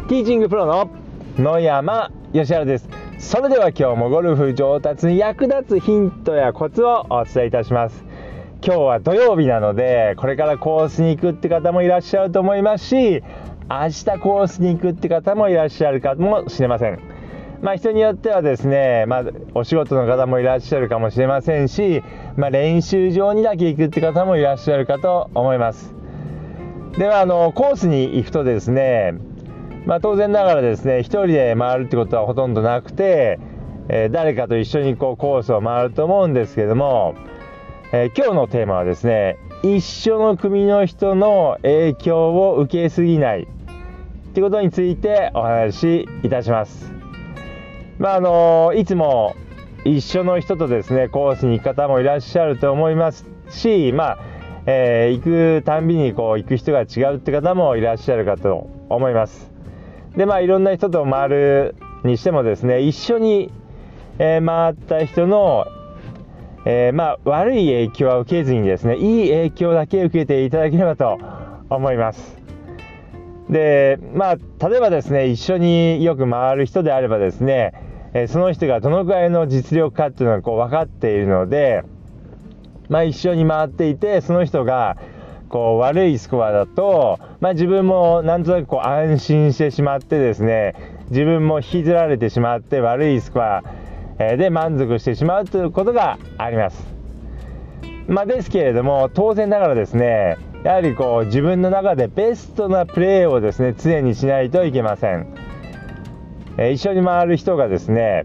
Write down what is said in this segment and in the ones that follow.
ティーチングプロの野山義晴です。それでは今日もゴルフ上達に役立つヒントやコツをお伝えいたします。今日は土曜日なので、これからコースに行くって方もいらっしゃると思いますし、明日コースに行くって方もいらっしゃるかもしれません。人によってはですね、お仕事の方もいらっしゃるかもしれませんし、練習場にだけ行くって方もいらっしゃるかと思います。ではコースに行くとですね、当然ながらですね、一人で回るってことはほとんどなくて、誰かと一緒にコースを回ると思うんですけれども、今日のテーマはですね、一緒の組の人の影響を受けすぎないってことについてお話しいたします。いつも一緒の人とですね、コースに行く方もいらっしゃると思いますし、行くたんびに行く人が違うって方もいらっしゃるかと思います。でいろんな人と回るにしてもですね、一緒に、回った人の、悪い影響は受けずにですね、いい影響だけ受けていただければと思います。で例えばですね、一緒によく回る人であればですね、その人がどのくらいの実力かっていうのが分かっているので、一緒に回っていて、その人が悪いスコアだと、自分もなんとなく安心してしまってですね、自分も引きずられてしまって悪いスコアで満足してしまうということがあります。ですけれども、当然ながらですね、やはり自分の中でベストなプレーをですね、常にしないといけません。一緒に回る人がですね、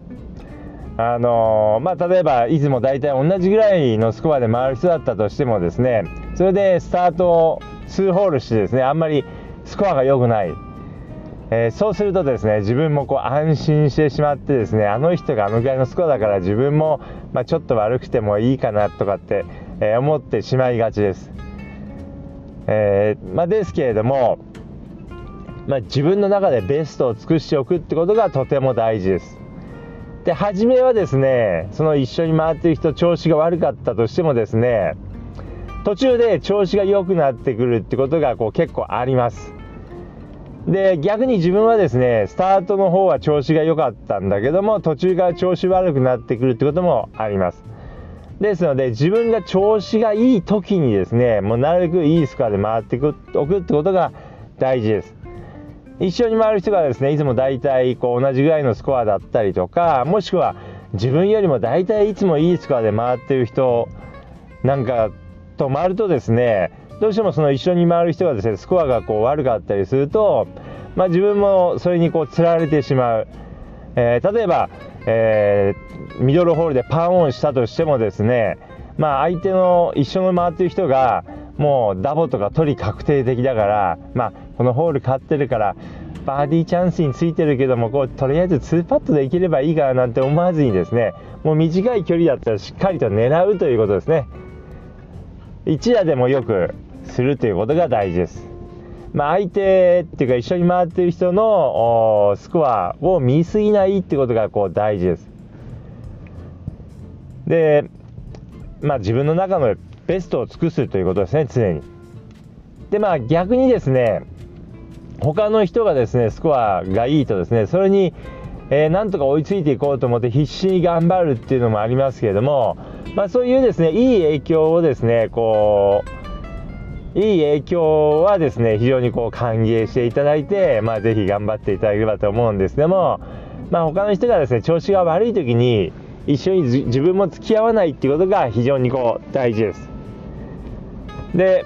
例えばいつもだいたい同じぐらいのスコアで回る人だったとしてもですね、それでスタートを数ホールしてですね、あんまりスコアが良くない、そうするとですね、自分も安心してしまってですね、あの人があのぐらいのスコアだから自分も、ちょっと悪くてもいいかなとかって、思ってしまいがちです。ですけれども、自分の中でベストを尽くしておくってことがとても大事です。で、初めはですね、その一緒に回っている人調子が悪かったとしてもですね、途中で調子が良くなってくるってことが結構あります。で、逆に自分はですね、スタートの方は調子が良かったんだけども、途中から調子悪くなってくるってこともあります。ですので、自分が調子がいい時にですね、もうなるべくいいスコアで回っておくってことが大事です。一緒に回る人がですね、いつもだいたい同じぐらいのスコアだったりとか、もしくは自分よりもだいたいいつもいいスコアで回っている人なんかと回るとですね、どうしてもその一緒に回る人がですね、スコアが悪かったりすると、自分もそれにつられてしまう。例えば、ミドルホールでパーオンしたとしてもですね、相手の一緒に回っている人がもうダボとか取り確定的だから、このホール勝ってるからバーディーチャンスについてるけども、とりあえず2パットできればいいかななんて思わずにですね、もう短い距離だったらしっかりと狙うということですね。一打でもよくするということが大事です。相手っていうか一緒に回っている人のスコアを見すぎないってことが大事です。で、自分の中のベストを尽くすということですね、常に。で逆にですね、他の人がですねスコアがいいとですね、それに、なんとか追いついていこうと思って必死に頑張るっていうのもありますけれども、そういうですね、いい影響をですね、いい影響はですね、非常に歓迎していただいて、ぜひ頑張っていただければと思うんですけども、他の人がですね、調子が悪い時に一緒に自分も付き合わないっていうことが非常に大事です。で、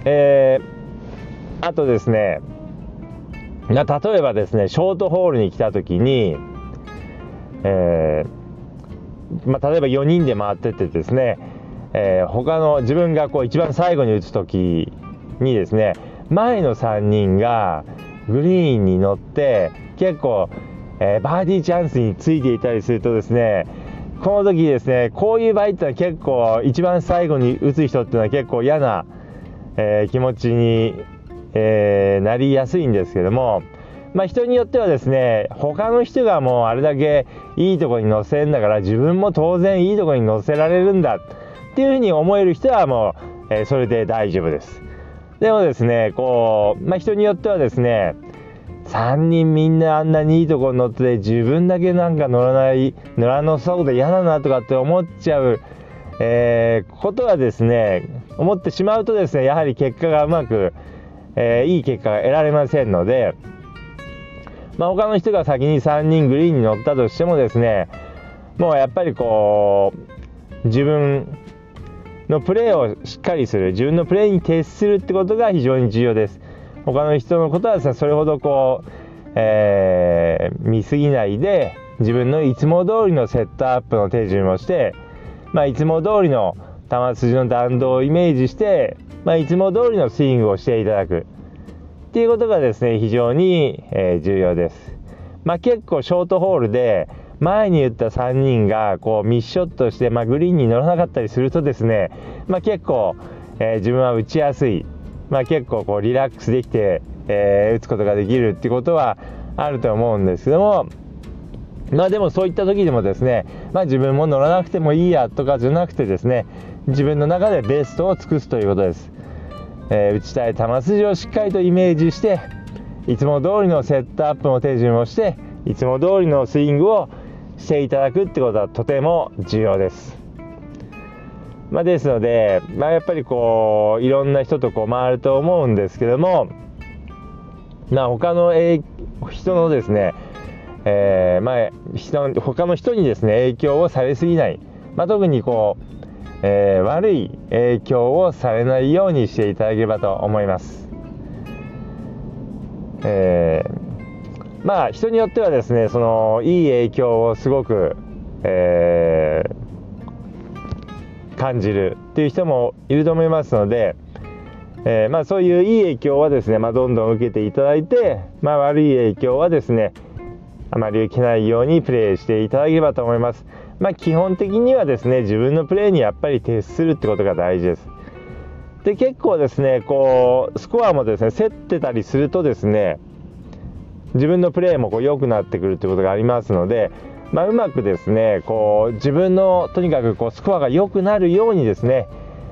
あとですね、例えばですね、ショートホールに来た時に、例えば4人で回ってってですね、他の自分が一番最後に打つ時にですね、前の3人がグリーンに乗って結構、バーディーチャンスについていたりするとですね、この時ですね、こういう場合ってのは結構一番最後に打つ人っていうのは結構嫌な、気持ちに、なりやすいんですけども、人によってはですね、他の人がもうあれだけいいとこに乗せるんだから自分も当然いいとこに乗せられるんだっていうふうに思える人はもう、それで大丈夫です。でもですね、人によってはですね、 3人みんなあんなにいいところに乗ってて自分だけなんか乗らなそうで嫌だなとかって思っちゃう、ことはですね、思ってしまうとですね、やはり結果がうまく、いい結果が得られませんので、他の人が先に3人グリーンに乗ったとしてもですね、もうやっぱりこう自分のプレーをしっかりする、自分のプレーに徹するってことが非常に重要です。他の人のことはですね、それほどこう、見過ぎないで、自分のいつも通りのセットアップの手順をして、いつも通りの球筋の弾道をイメージして、いつも通りのスイングをしていただくっていうことがですね、非常に、重要です。結構ショートホールで前に言った3人がこうミスショットして、グリーンに乗らなかったりするとですね、結構、自分は打ちやすい、結構こうリラックスできて、打つことができるっていうことはあると思うんですけども、でもそういった時でもですね、自分も乗らなくてもいいやとかじゃなくてですね、自分の中でベストを尽くすということです。打ちたい球筋をしっかりとイメージして、いつも通りのセットアップの手順をして、いつも通りのスイングをしていただくってことはとても重要です。ですので、やっぱりこういろんな人とこう回ると思うんですけども、他の人のですね、他の人にですね影響をされすぎない、特にこう、悪い影響をされないようにしていただければと思います。人によってはですね、そのいい影響をすごく、感じるっていう人もいると思いますので、そういういい影響はですね、どんどん受けていただいて、悪い影響はですねあまり受けないようにプレーしていただければと思います。基本的にはですね、自分のプレーにやっぱり徹するってことが大事です。で、結構ですね、こうスコアもですね競ってたりするとですね、自分のプレーもこう良くなってくるってことがありますので、うまくですね、こう自分のとにかくこうスコアが良くなるようにですね、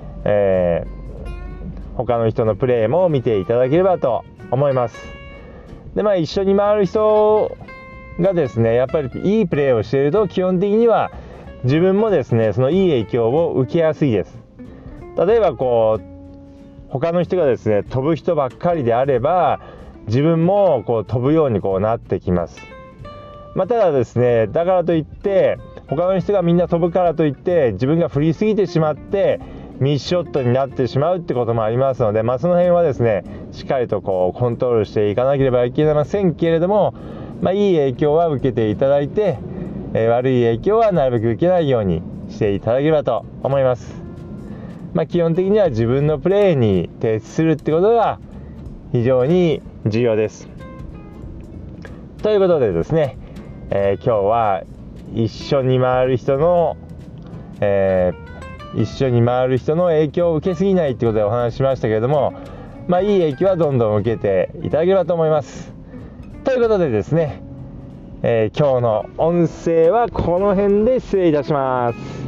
他の人のプレーも見ていただければと思います。で、一緒に回る人がですね、やっぱりいいプレーをしていると基本的には自分もですねそのいい影響を受けやすいです。例えばこう他の人がですね飛ぶ人ばっかりであれば、自分もこう飛ぶようにこうなってきます。ただですね、だからといって他の人がみんな飛ぶからといって自分が振りすぎてしまってミスショットになってしまうってこともありますので、その辺はですねしっかりとこうコントロールしていかなければいけませんけれども、いい影響は受けていただいて、悪い影響はなるべく受けないようにしていただければと思います。基本的には自分のプレーに徹するってことが非常に重要です。ということでですね、今日は一緒に回る人の、影響を受けすぎないってことでお話ししましたけれども、いい影響はどんどん受けていただければと思います。ということでですね、今日の音声はこの辺で失礼いたします。